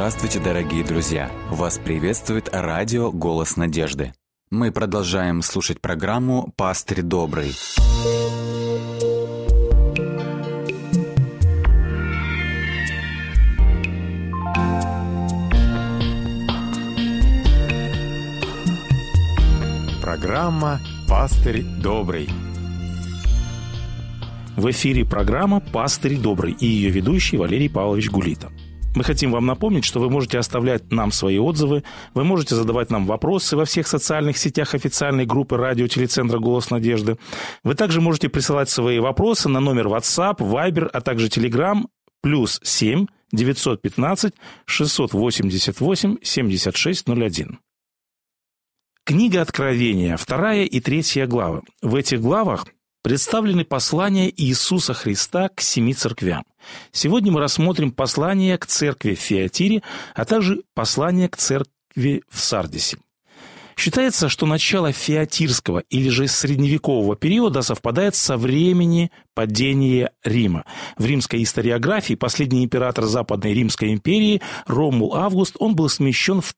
Здравствуйте, дорогие друзья! Вас приветствует радио «Голос надежды». Мы продолжаем слушать программу «Пастырь добрый». Программа «Пастырь добрый». В эфире программа «Пастырь добрый» и ее ведущий Валерий Павлович Гулита. Мы хотим вам напомнить, что вы можете оставлять нам свои отзывы, вы можете задавать нам вопросы во всех социальных сетях официальной группы радио-телецентра «Голос надежды». Вы также можете присылать свои вопросы на номер WhatsApp, Viber, а также Telegram +7 915 688 7601. Книга Откровения, 2 и 3 главы. В этих главах представлены послания Иисуса Христа к 7 церквям. Сегодня мы рассмотрим послание к церкви в Фиатире, а также послание к церкви в Сардисе. Считается, что начало фиатирского или же средневекового периода совпадает со времени падения Рима. В римской историографии последний император Западной Римской империи Ромул Август, он был смещен в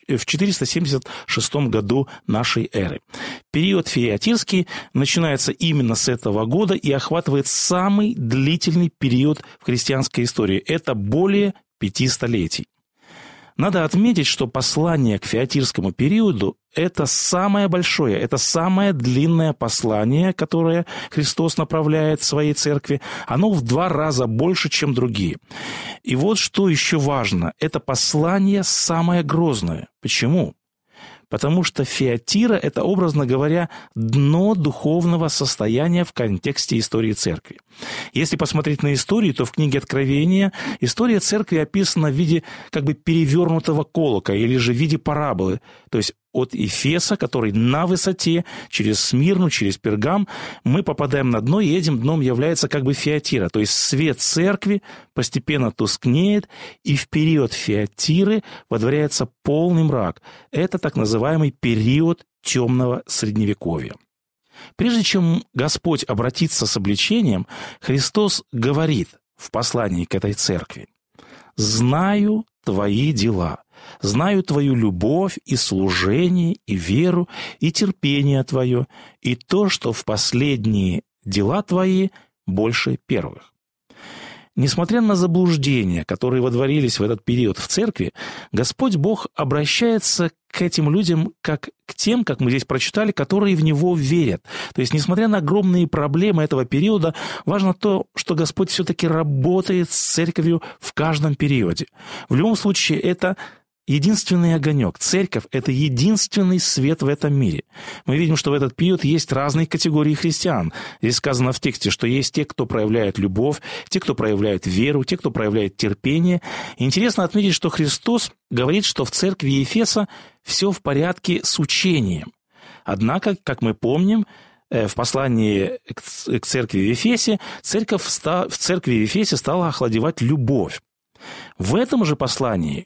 476 году нашей эры. Период фиатирский начинается именно с этого года и охватывает самый длительный период в христианской истории. Это более 5 столетий. Надо отметить, что послание к фиатирскому периоду – это самое большое, это самое длинное послание, которое Христос направляет своей церкви. Оно в 2 раза больше, чем другие. И вот что еще важно – это послание самое грозное. Почему? Потому что Фиатира – это, образно говоря, дно духовного состояния в контексте истории церкви. Если посмотреть на историю, то в книге Откровения история церкви описана в виде как бы перевернутого колока или же в виде параболы. То есть от Эфеса, который на высоте, через Смирну, через Пергам, мы попадаем на дно, и этим дном является как бы Фиатира. То есть свет церкви постепенно тускнеет, и в период Фиатиры водворяется полный мрак. Это так называемый период темного Средневековья. Прежде чем Господь обратится с обличением, Христос говорит в послании к этой церкви: «Знаю твои дела, знаю твою любовь и служение, и веру, и терпение твое, и то, что в последние дела твои больше первых». Несмотря на заблуждения, которые водворились в этот период в церкви, Господь Бог обращается к этим людям как к тем, как мы здесь прочитали, которые в Него верят. То есть, несмотря на огромные проблемы этого периода, важно то, что Господь все-таки работает с церковью в каждом периоде. В любом случае, это единственный огонек. Церковь – это единственный свет в этом мире. Мы видим, что в этот период есть разные категории христиан. Здесь сказано в тексте, что есть те, кто проявляет любовь, те, кто проявляет веру, те, кто проявляет терпение. И интересно отметить, что Христос говорит, что в церкви Ефеса все в порядке с учением. Однако, как мы помним, в послании к церкви в Ефесе, в церкви в Ефесе стала охладевать любовь. В этом же послании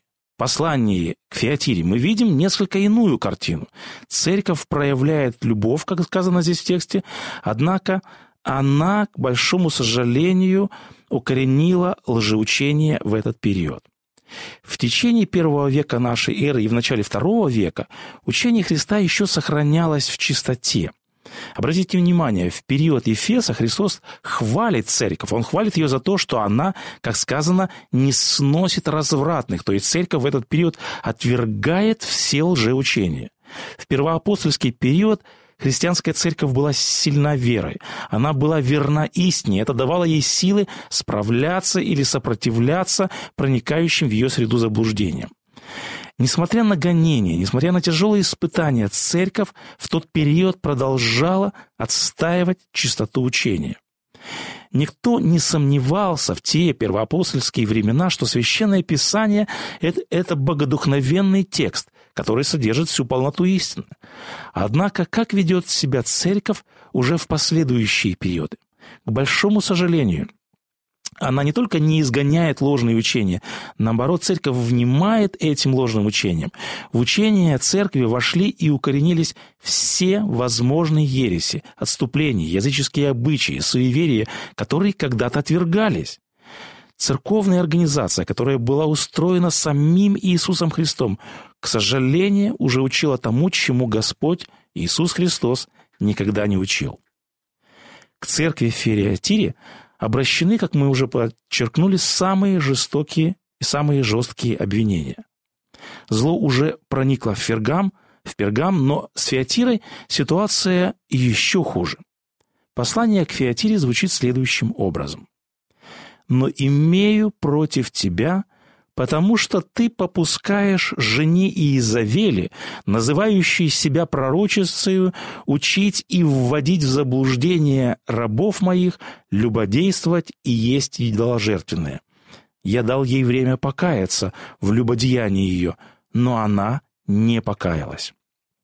к Фиатире мы видим несколько иную картину. Церковь проявляет любовь, как сказано здесь в тексте, однако она, к большому сожалению, укоренила лжеучение в этот период. В течение 1 века нашей эры и в начале 2 века учение Христа еще сохранялось в чистоте. Обратите внимание, в период Ефеса Христос хвалит церковь. Он хвалит ее за то, что она, как сказано, не сносит развратных. То есть церковь в этот период отвергает все лжеучения. В первоапостольский период христианская церковь была сильна верой. Она была верна истине. Это давало ей силы справляться или сопротивляться проникающим в ее среду заблуждениям. Несмотря на гонения, несмотря на тяжелые испытания, церковь в тот период продолжала отстаивать чистоту учения. Никто не сомневался в те первоапостольские времена, что Священное Писание – это богодухновенный текст, который содержит всю полноту истины. Однако, как ведет себя церковь уже в последующие периоды? К большому сожалению, она не только не изгоняет ложные учения, наоборот, церковь внимает этим ложным учениям. В учение церкви вошли и укоренились все возможные ереси, отступления, языческие обычаи, суеверия, которые когда-то отвергались. церковная организация, которая была устроена самим Иисусом Христом, к сожалению, уже учила тому, чему Господь Иисус Христос никогда не учил. К церкви в Фиатире обращены, как мы уже подчеркнули, самые жестокие и самые жесткие обвинения. Зло уже проникло в Пергам, но с Фиатирой ситуация еще хуже. Послание к Фиатире звучит следующим образом. «Но имею против тебя, потому что ты попускаешь жене Иезавели, называющей себя пророчицею, учить и вводить в заблуждение рабов моих, любодействовать и есть идоложертвенное. Я дал ей время покаяться в любодеянии ее, но она не покаялась».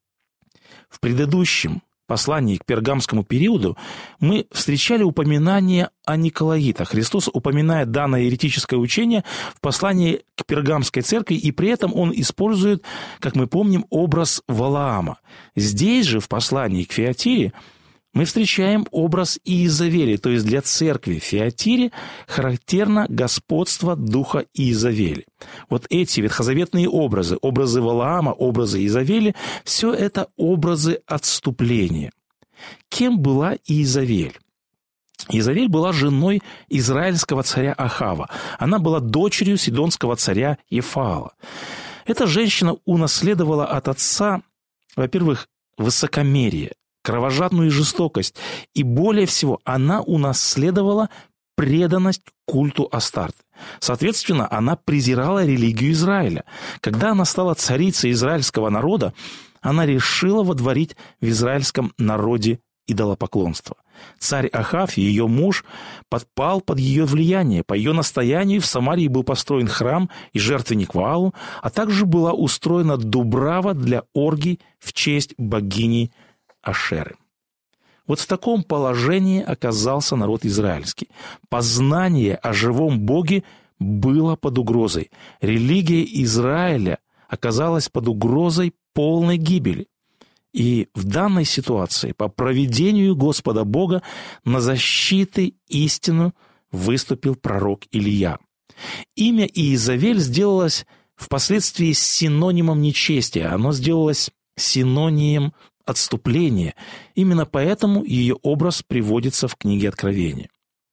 В предыдущем послании к пергамскому периоду мы встречали упоминание о Николаитах. Христос упоминает данное еретическое учение в послании к пергамской церкви, и при этом он использует, как мы помним, образ Валаама. Здесь же, в послании к Фиатире, мы встречаем образ Иезавели, то есть для церкви в Фиатире характерно господство духа Иезавели. Вот эти ветхозаветные образы Валаама, образы Иезавели, все это образы отступления. Кем была Иезавель? Иезавель была женой израильского царя Ахава. Она была дочерью сидонского царя Ефаала. Эта женщина унаследовала от отца, во-первых, высокомерие, кровожадную жестокость, и более всего она унаследовала преданность культу Астарты. Соответственно, она презирала религию Израиля. Когда она стала царицей израильского народа, она решила водворить в израильском народе идолопоклонство. Царь Ахав, ее муж, подпал под ее влияние. По ее настоянию в Самарии был построен храм и жертвенник Ваалу, а также была устроена дубрава для оргий в честь богини Ашеры. Вот в таком положении оказался народ израильский. Познание о живом Боге было под угрозой. Религия Израиля оказалась под угрозой полной гибели. И в данной ситуации по провидению Господа Бога на защиту истину выступил пророк Илия. Имя Иезавель сделалось впоследствии синонимом нечестия. Оно сделалось синонимом отступления. Именно поэтому ее образ приводится в книге Откровения.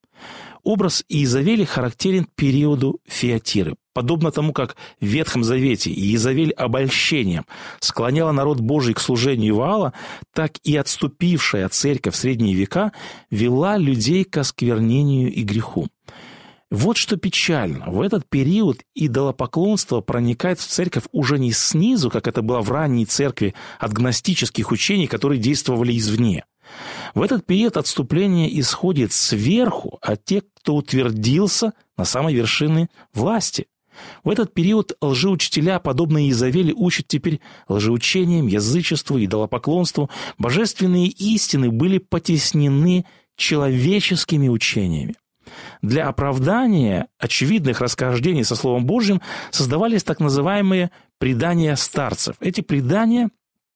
Образ Иезавели характерен периоду Фиатиры. Подобно тому, как в Ветхом Завете Иезавель обольщением склоняла народ Божий к служению Ваала, так и отступившая церковь в средние века вела людей к осквернению и греху. Вот что печально. В этот период идолопоклонство проникает в церковь уже не снизу, как это было в ранней церкви от гностических учений, которые действовали извне. В этот период отступление исходит сверху от тех, кто утвердился на самой вершине власти. В этот период лжеучителя, подобные Иезавели, учат теперь лжеучениям, язычеству, идолопоклонству. Божественные истины были потеснены человеческими учениями. Для оправдания очевидных расхождений со Словом Божьим создавались так называемые предания старцев. Эти предания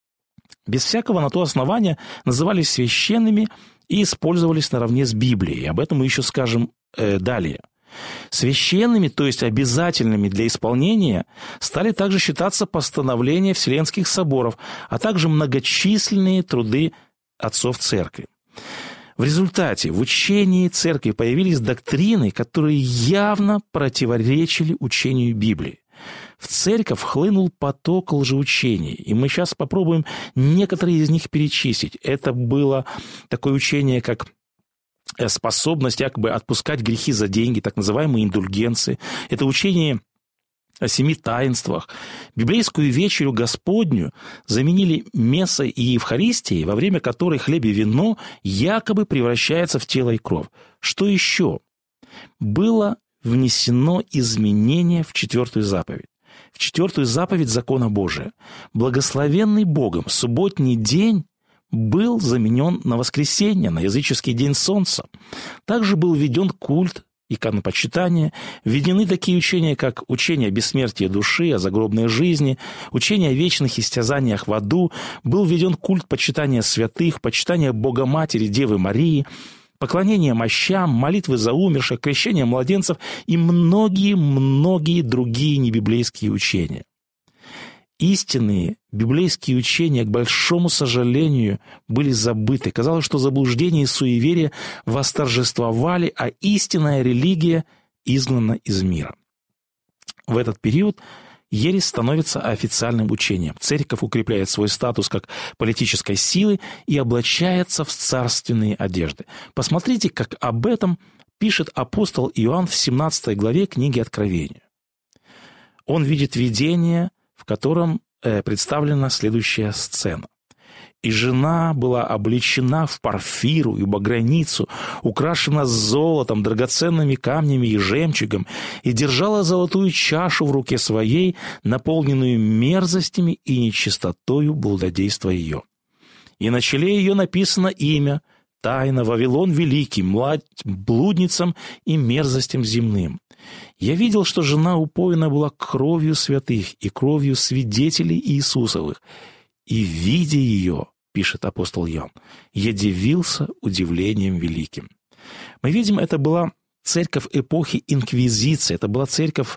без всякого на то основания назывались священными и использовались наравне с Библией. Об этом мы еще скажем далее. Священными, то есть обязательными для исполнения, стали также считаться постановления Вселенских соборов, а также многочисленные труды отцов церкви. В результате в учении церкви появились доктрины, которые явно противоречили учению Библии. В церковь хлынул поток лжеучений, и мы сейчас попробуем некоторые из них перечислить. Это было такое учение, как способность якобы отпускать грехи за деньги, так называемые индульгенции. Это учение о 7 таинствах. Библейскую вечерю Господню заменили мессой и Евхаристией, во время которой хлеб и вино якобы превращаются в тело и кровь. Что еще? Было внесено изменение в 4-ю заповедь. В 4-ю заповедь закона Божия. Благословенный Богом субботний день был заменен на воскресенье, на языческий день солнца. Также был введен культ иконопочитания, введены такие учения, как учение о бессмертии души, о загробной жизни, учение о вечных истязаниях в аду, был введен культ почитания святых, почитания Богоматери, Девы Марии, поклонение мощам, молитвы за умерших, крещение младенцев и многие-многие другие небиблейские учения. Истинные библейские учения, к большому сожалению, были забыты. Казалось, что заблуждение и суеверие восторжествовали, а истинная религия изгнана из мира. В этот период ересь становится официальным учением. Церковь укрепляет свой статус как политической силы и облачается в царственные одежды. Посмотрите, как об этом пишет апостол Иоанн в 17 главе книги Откровения. Он видит видение, в котором представлена следующая сцена. «И жена была облечена в парфиру и багряницу, украшена золотом, драгоценными камнями и жемчугом, и держала золотую чашу в руке своей, наполненную мерзостями и нечистотою блудодейства ее. И на челе ее написано имя, тайна, Вавилон Великий, млад блудницам и мерзостям земным. Я видел, что жена упоена была кровью святых и кровью свидетелей Иисусовых. И, видя ее, пишет апостол Иоанн, я дивился удивлением великим». Мы видим, это была церковь эпохи инквизиции, это была церковь,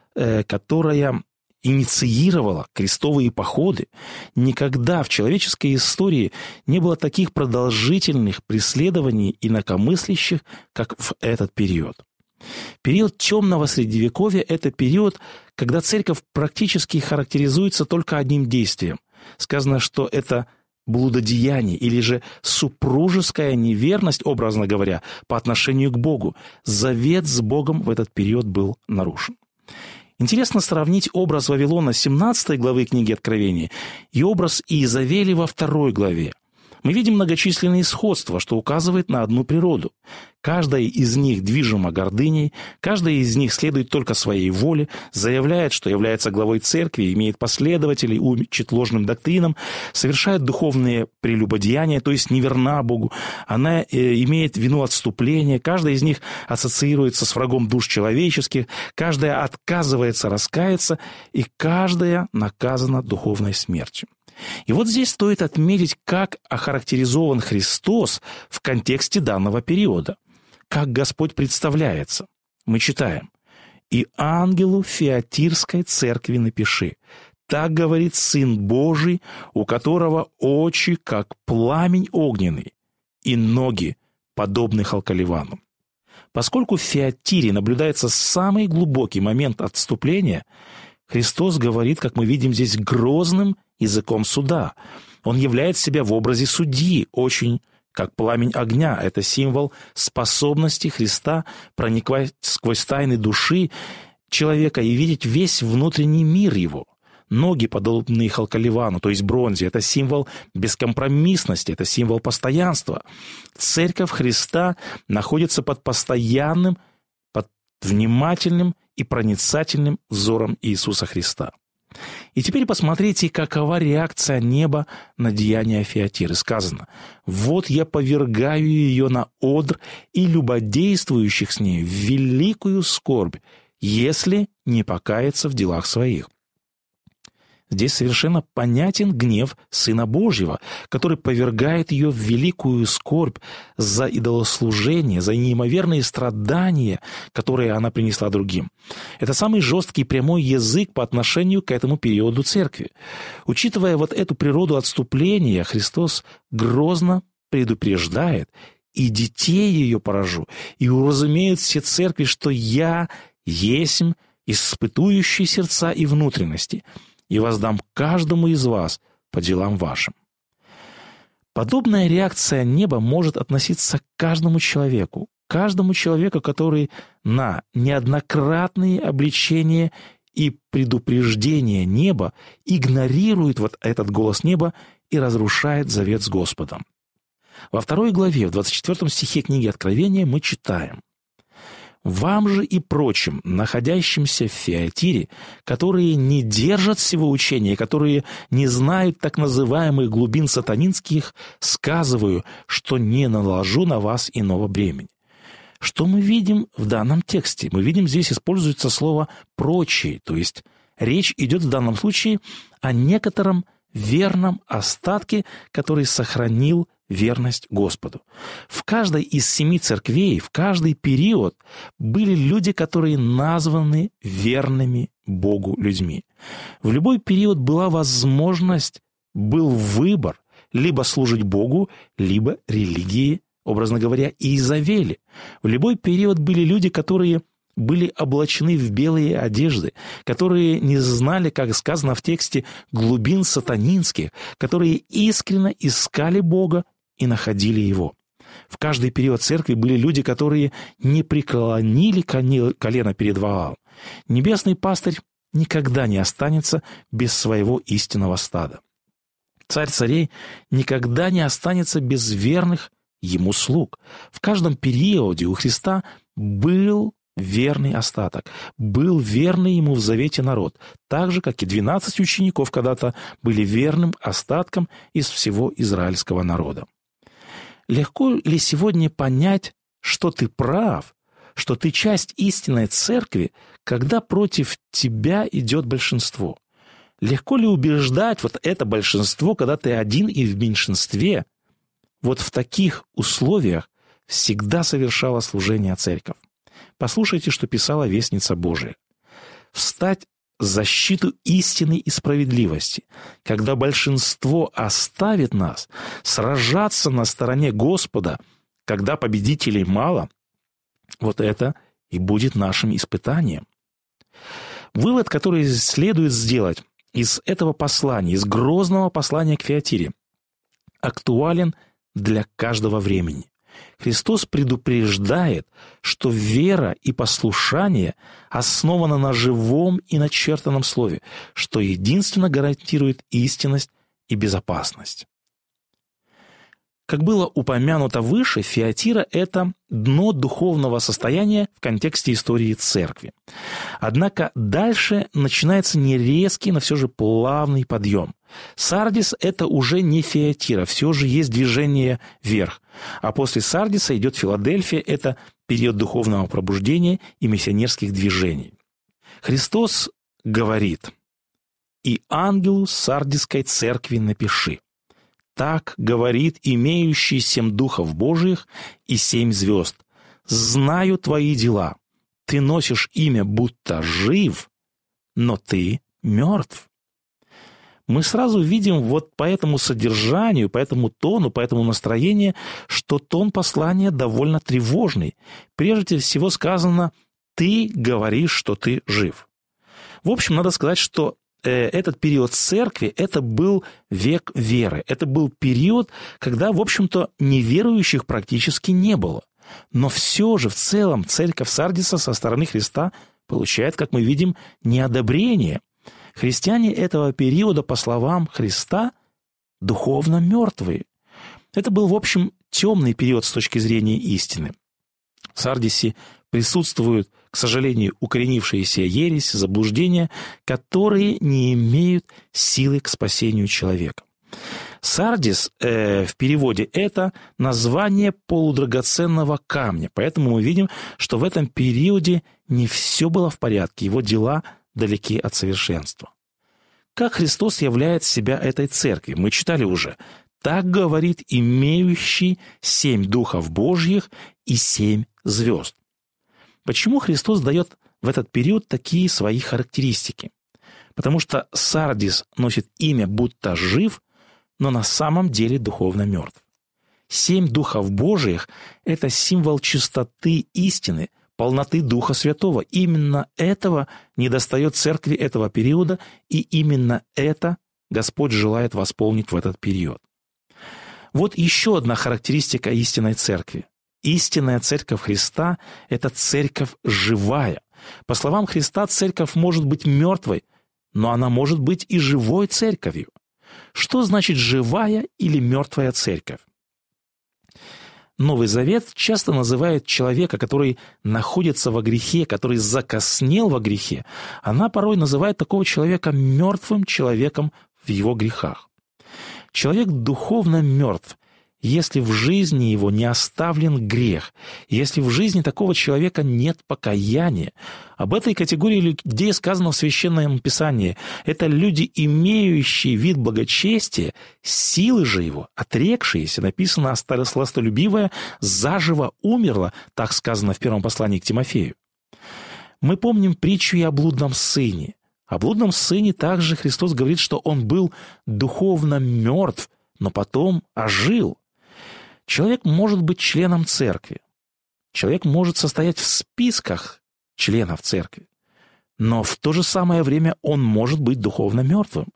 которая инициировала крестовые походы. Никогда в человеческой истории не было таких продолжительных преследований инакомыслящих, как в этот период. Период темного Средневековья – это период, когда церковь практически характеризуется только одним действием. Сказано, что это блудодеяние или же супружеская неверность, образно говоря, по отношению к Богу. Завет с Богом в этот период был нарушен. Интересно сравнить образ Вавилона 17 главы книги Откровения и образ Иезавели во 2 главе. Мы видим многочисленные сходства, что указывает на одну природу. Каждая из них движима гордыней, каждая из них следует только своей воле, заявляет, что является главой церкви, имеет последователей, учит ложным доктринам, совершает духовные прелюбодеяния, то есть неверна Богу. Она имеет вину отступления, каждая из них ассоциируется с врагом душ человеческих, каждая отказывается раскаяться, и каждая наказана духовной смертью. И вот здесь стоит отметить, как охарактеризован Христос в контексте данного периода, как Господь представляется. Мы читаем: «И ангелу Фиатирской церкви напиши, так говорит Сын Божий, у которого очи, как пламень огненный, и ноги, подобны халкаливану». Поскольку в Фиатире наблюдается самый глубокий момент отступления, Христос говорит, как мы видим здесь, грозным языком суда. Он являет себя в образе судьи, очень как пламень огня. Это символ способности Христа проникать сквозь тайны души человека и видеть весь внутренний мир его. Ноги, подобные халкаливану, то есть бронзе, это символ бескомпромиссности, это символ постоянства. Церковь Христа находится под постоянным, под внимательным и проницательным взором Иисуса Христа. И теперь посмотрите, какова реакция неба на деяния Фиатиры. Сказано: «Вот я повергаю ее на одр и любодействующих с ней в великую скорбь, если не покаяться в делах своих». Здесь совершенно понятен гнев Сына Божьего, который повергает ее в великую скорбь за идолослужение, за неимоверные страдания, которые она принесла другим. Это самый жесткий прямой язык по отношению к этому периоду церкви. Учитывая вот эту природу отступления, Христос грозно предупреждает: «И детей ее поражу, и уразумеют все церкви, что я есмь испытующий сердца и внутренности, и воздам каждому из вас по делам вашим». Подобная реакция неба может относиться к каждому человеку, который на неоднократные обличения и предупреждения неба игнорирует вот этот голос неба и разрушает завет с Господом. Во 2 главе, в 24 стихе книги Откровения мы читаем: «Вам же и прочим, находящимся в Фиатире, которые не держат всего учения, которые не знают так называемых глубин сатанинских, сказываю, что не наложу на вас иного бремени». Что мы видим в данном тексте? Мы видим, здесь используется слово «прочие», то есть речь идет в данном случае о некотором верном остатке, который сохранил верность Господу. В каждой из 7 церквей, в каждый период были люди, которые названы верными Богу людьми. В любой период была возможность, был выбор либо служить Богу, либо религии, образно говоря, Иезавели. В любой период были люди, которые были облачены в белые одежды, которые не знали, как сказано в тексте, глубин сатанинских, которые искренне искали Бога и находили Его. В каждый период церкви были люди, которые не преклонили колено перед Ваалом. Небесный пастырь никогда не останется без своего истинного стада. Царь царей никогда не останется без верных ему слуг. В каждом периоде у Христа был верный остаток, был верный ему в завете народ, так же, как и 12 учеников когда-то были верным остатком из всего израильского народа. Легко ли сегодня понять, что ты прав, что ты часть истинной церкви, когда против тебя идет большинство? Легко ли убеждать вот это большинство, когда ты один и в меньшинстве? Вот в таких условиях всегда совершала служение церковь. Послушайте, что писала Вестница Божия. «Встать в защиту истины и справедливости, когда большинство оставит нас, сражаться на стороне Господа, когда победителей мало, вот это и будет нашим испытанием». Вывод, который следует сделать из этого послания, из грозного послания к Фиатире, актуален для каждого времени. Христос предупреждает, что вера и послушание основаны на живом и начертанном слове, что единственно гарантирует истинность и безопасность. Как было упомянуто выше, Фиатира – это дно духовного состояния в контексте истории церкви. Однако дальше начинается не резкий, но все же плавный подъем. Сардис – это уже не Фиатира, все же есть движение вверх. А после Сардиса идет Филадельфия – это период духовного пробуждения и миссионерских движений. Христос говорит: «И ангелу Сардисской церкви напиши: так говорит имеющий 7 духов Божиих и 7 звезд. Знаю твои дела. Ты носишь имя, будто жив, но ты мертв». Мы сразу видим вот по этому содержанию, по этому тону, по этому настроению, что тон послания довольно тревожный. Прежде всего сказано: «Ты говоришь, что ты жив». В общем, надо сказать, что этот период церкви – это был век веры. Это был период, когда, в общем-то, неверующих практически не было. Но все же в целом церковь Сардиса со стороны Христа получает, как мы видим, неодобрение. Христиане этого периода, по словам Христа, духовно мертвые. Это был, в общем, темный период с точки зрения истины. В Сардисе присутствуют, к сожалению, укоренившиеся ересь, заблуждения, которые не имеют силы к спасению человека. Сардис в переводе – это название полудрагоценного камня, поэтому мы видим, что в этом периоде не все было в порядке, его дела далеки от совершенства. Как Христос являет себя этой церкви? Мы читали уже. «Так говорит имеющий 7 духов Божьих и 7 звезд». Почему Христос дает в этот период такие свои характеристики? Потому что Сардис носит имя, будто жив, но на самом деле духовно мертв. 7 духов Божиих – это символ чистоты истины, полноты Духа Святого. Именно этого недостает церкви этого периода, и именно это Господь желает восполнить в этот период. Вот еще одна характеристика истинной церкви. Истинная церковь Христа – это церковь живая. По словам Христа, церковь может быть мертвой, но она может быть и живой церковью. Что значит живая или мертвая церковь? Новый Завет часто называет человека, который находится во грехе, который закоснел во грехе. Она порой называет такого человека мертвым человеком в его грехах. Человек духовно мертв, если в жизни его не оставлен грех, если в жизни такого человека нет покаяния. Об этой категории людей сказано в Священном Писании. Это люди, имеющие вид благочестия, силы же его, отрекшиеся. Написано: сластолюбивое заживо умерло, так сказано в первом послании к Тимофею. Мы помним притчу и о блудном сыне. О блудном сыне также Христос говорит, что он был духовно мертв, но потом ожил. Человек может быть членом церкви. Человек может состоять в списках членов церкви. Но в то же самое время он может быть духовно мертвым.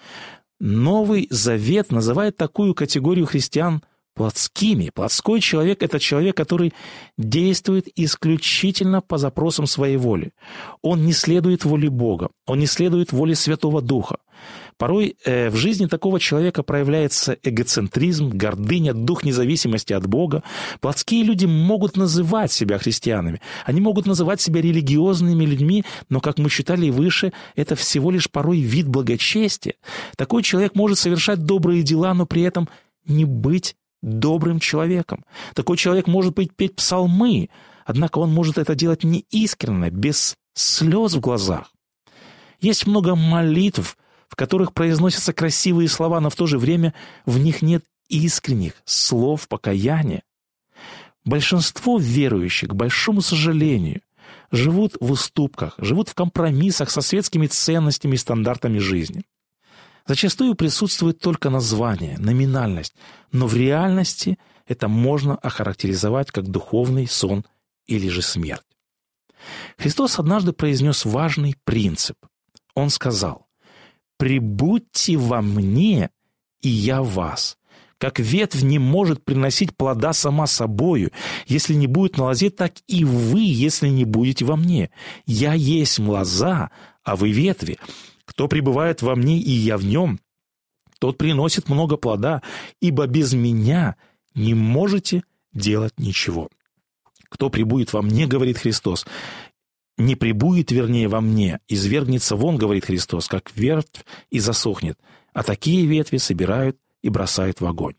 Новый Завет называет такую категорию христиан плотскими. Плотской человек – это человек, который действует исключительно по запросам своей воли. Он не следует воле Бога, он не следует воле Святого Духа. Порой в жизни такого человека проявляется эгоцентризм, гордыня, дух независимости от Бога. Плотские люди могут называть себя христианами, они могут называть себя религиозными людьми, но, как мы читали выше, это всего лишь порой вид благочестия. Такой человек может совершать добрые дела, но при этом не быть добрым человеком. Такой человек может петь псалмы, однако он может это делать неискренне, без слез в глазах. Есть много молитв, в которых произносятся красивые слова, но в то же время в них нет искренних слов покаяния. Большинство верующих, к большому сожалению, живут в уступках, живут в компромиссах со светскими ценностями и стандартами жизни. Зачастую присутствует только название, номинальность, но в реальности это можно охарактеризовать как духовный сон или же смерть. Христос однажды произнес важный принцип. Он сказал: «Прибудьте во мне, и я в вас. Как ветвь не может приносить плода сама собою, если не будет на лозе, так и вы, если не будете во мне. Я есть лоза, а вы ветви. Кто пребывает во мне, и я в нем, тот приносит много плода, ибо без меня не можете делать ничего. Кто пребудет во мне, говорит Христос, не пребудет, вернее, во мне, извергнется вон, говорит Христос, как ветвь и засохнет, а такие ветви собирают и бросают в огонь».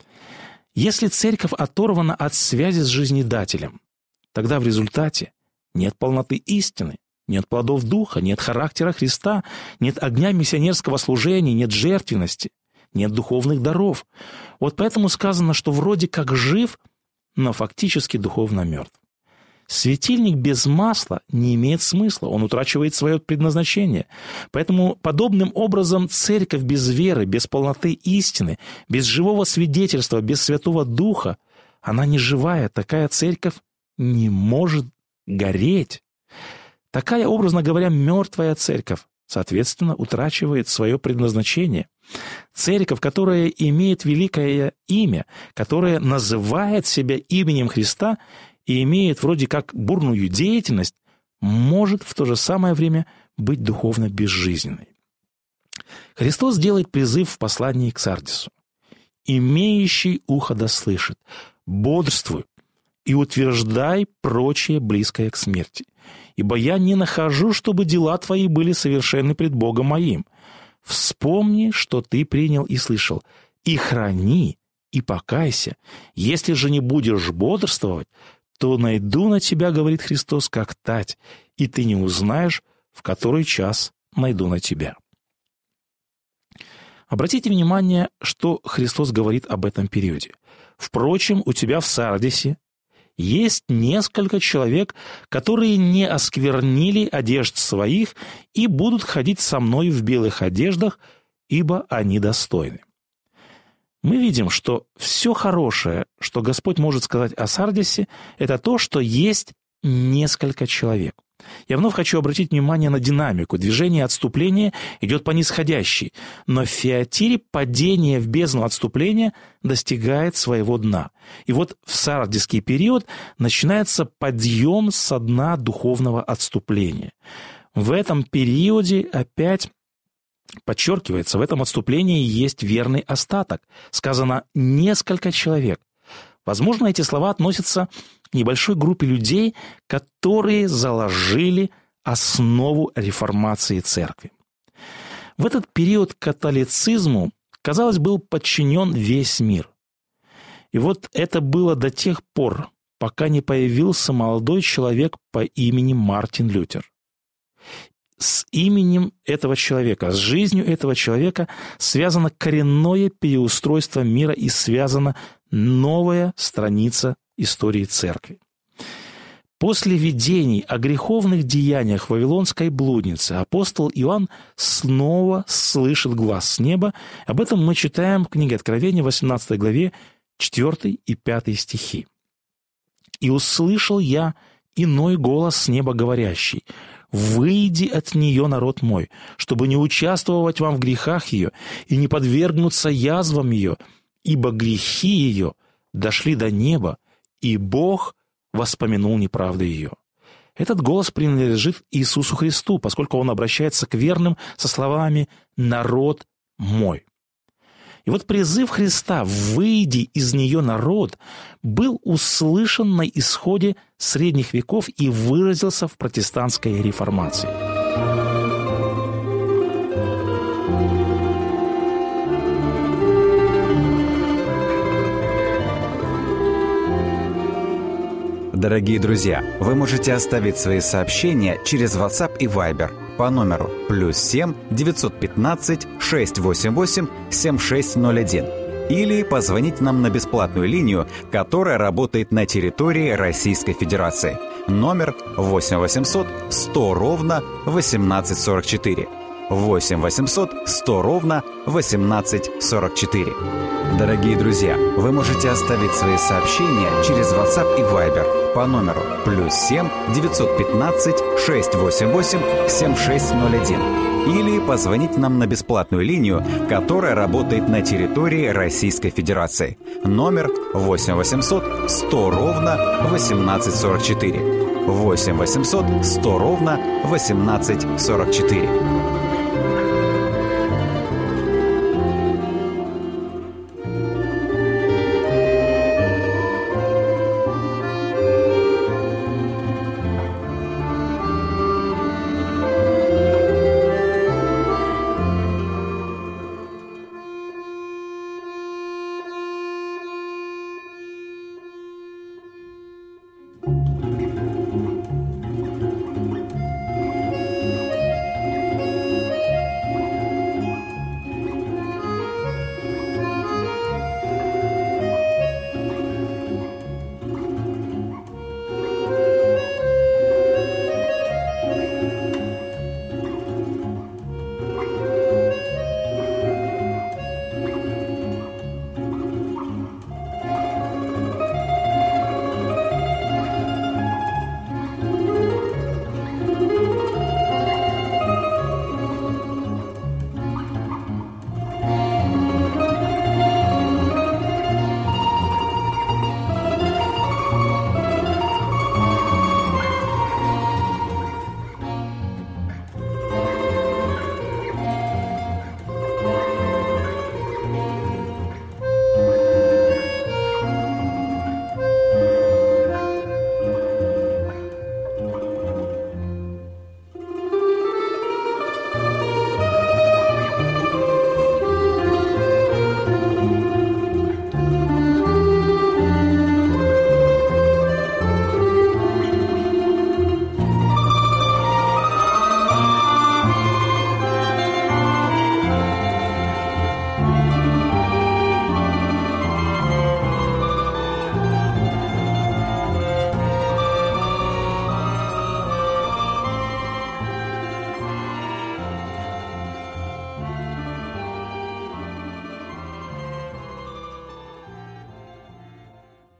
Если церковь оторвана от связи с жизнедателем, тогда в результате нет полноты истины, нет плодов Духа, нет характера Христа, нет огня миссионерского служения, нет жертвенности, нет духовных даров. Вот поэтому сказано, что вроде как жив, но фактически духовно мертв. Светильник без масла не имеет смысла, он утрачивает свое предназначение. Поэтому подобным образом церковь без веры, без полноты истины, без живого свидетельства, без Святого Духа, она не живая, такая церковь не может гореть. Такая, образно говоря, мертвая церковь, соответственно, утрачивает свое предназначение. Церковь, которая имеет великое имя, которая называет себя именем Христа и имеет вроде как бурную деятельность, может в то же самое время быть духовно безжизненной. Христос делает призыв в послании к Сардису: «Имеющий ухо да слышит, бодрствуй и утверждай прочее близкое к смерти. Ибо я не нахожу, чтобы дела твои были совершенны пред Богом моим. Вспомни, что ты принял и слышал, и храни, и покайся. Если же не будешь бодрствовать, то найду на тебя, говорит Христос, как тать, и ты не узнаешь, в который час найду на тебя». Обратите внимание, что Христос говорит об этом периоде. «Впрочем, у тебя в Сардисе есть несколько человек, которые не осквернили одежд своих и будут ходить со мной в белых одеждах, ибо они достойны». Мы видим, что все хорошее, что Господь может сказать о Сардисе, это то, что есть несколько человек. Я вновь хочу обратить внимание на динамику. Движение отступления идет по нисходящей, но в Фиатире падение в бездну отступления достигает своего дна. И вот в сардисский период начинается подъем со дна духовного отступления. В этом периоде опять подчеркивается, в этом отступлении есть верный остаток. Сказано «несколько человек». Возможно, эти слова относятся к небольшой группе людей, которые заложили основу реформации церкви. В этот период католицизму, казалось, был подчинен весь мир. И вот это было до тех пор, пока не появился молодой человек по имени Мартин Лютер. С именем этого человека, с жизнью этого человека связано коренное переустройство мира и связана новая страница истории церкви. После видений о греховных деяниях вавилонской блудницы апостол Иоанн снова слышит глас с неба. Об этом мы читаем в книге Откровения, 18 главе, 4 и 5 стихи. «И услышал я иной голос с неба говорящий: «Выйди от нее, народ мой, чтобы не участвовать вам в грехах ее и не подвергнуться язвам ее, ибо грехи ее дошли до неба, и Бог воспомянул неправды ее». Этот голос принадлежит Иисусу Христу, поскольку он обращается к верным со словами «народ мой». И вот призыв Христа «выйди из нее, народ» был услышан на исходе средних веков и выразился в протестантской реформации. Дорогие друзья, вы можете оставить свои сообщения через WhatsApp и Viber по номеру +7 915 688 7601 или позвонить нам на бесплатную линию, которая работает на территории Российской Федерации. Номер 8 800 100 ровно 1844. 8 800 100 ровно 1844. Дорогие друзья, вы можете оставить свои сообщения через WhatsApp и Viber по номеру +7 915 688 7601 или позвонить нам на бесплатную линию, которая работает на территории Российской Федерации. Номер 8 800 100 ровно 1844. 8 800 100 ровно 1844.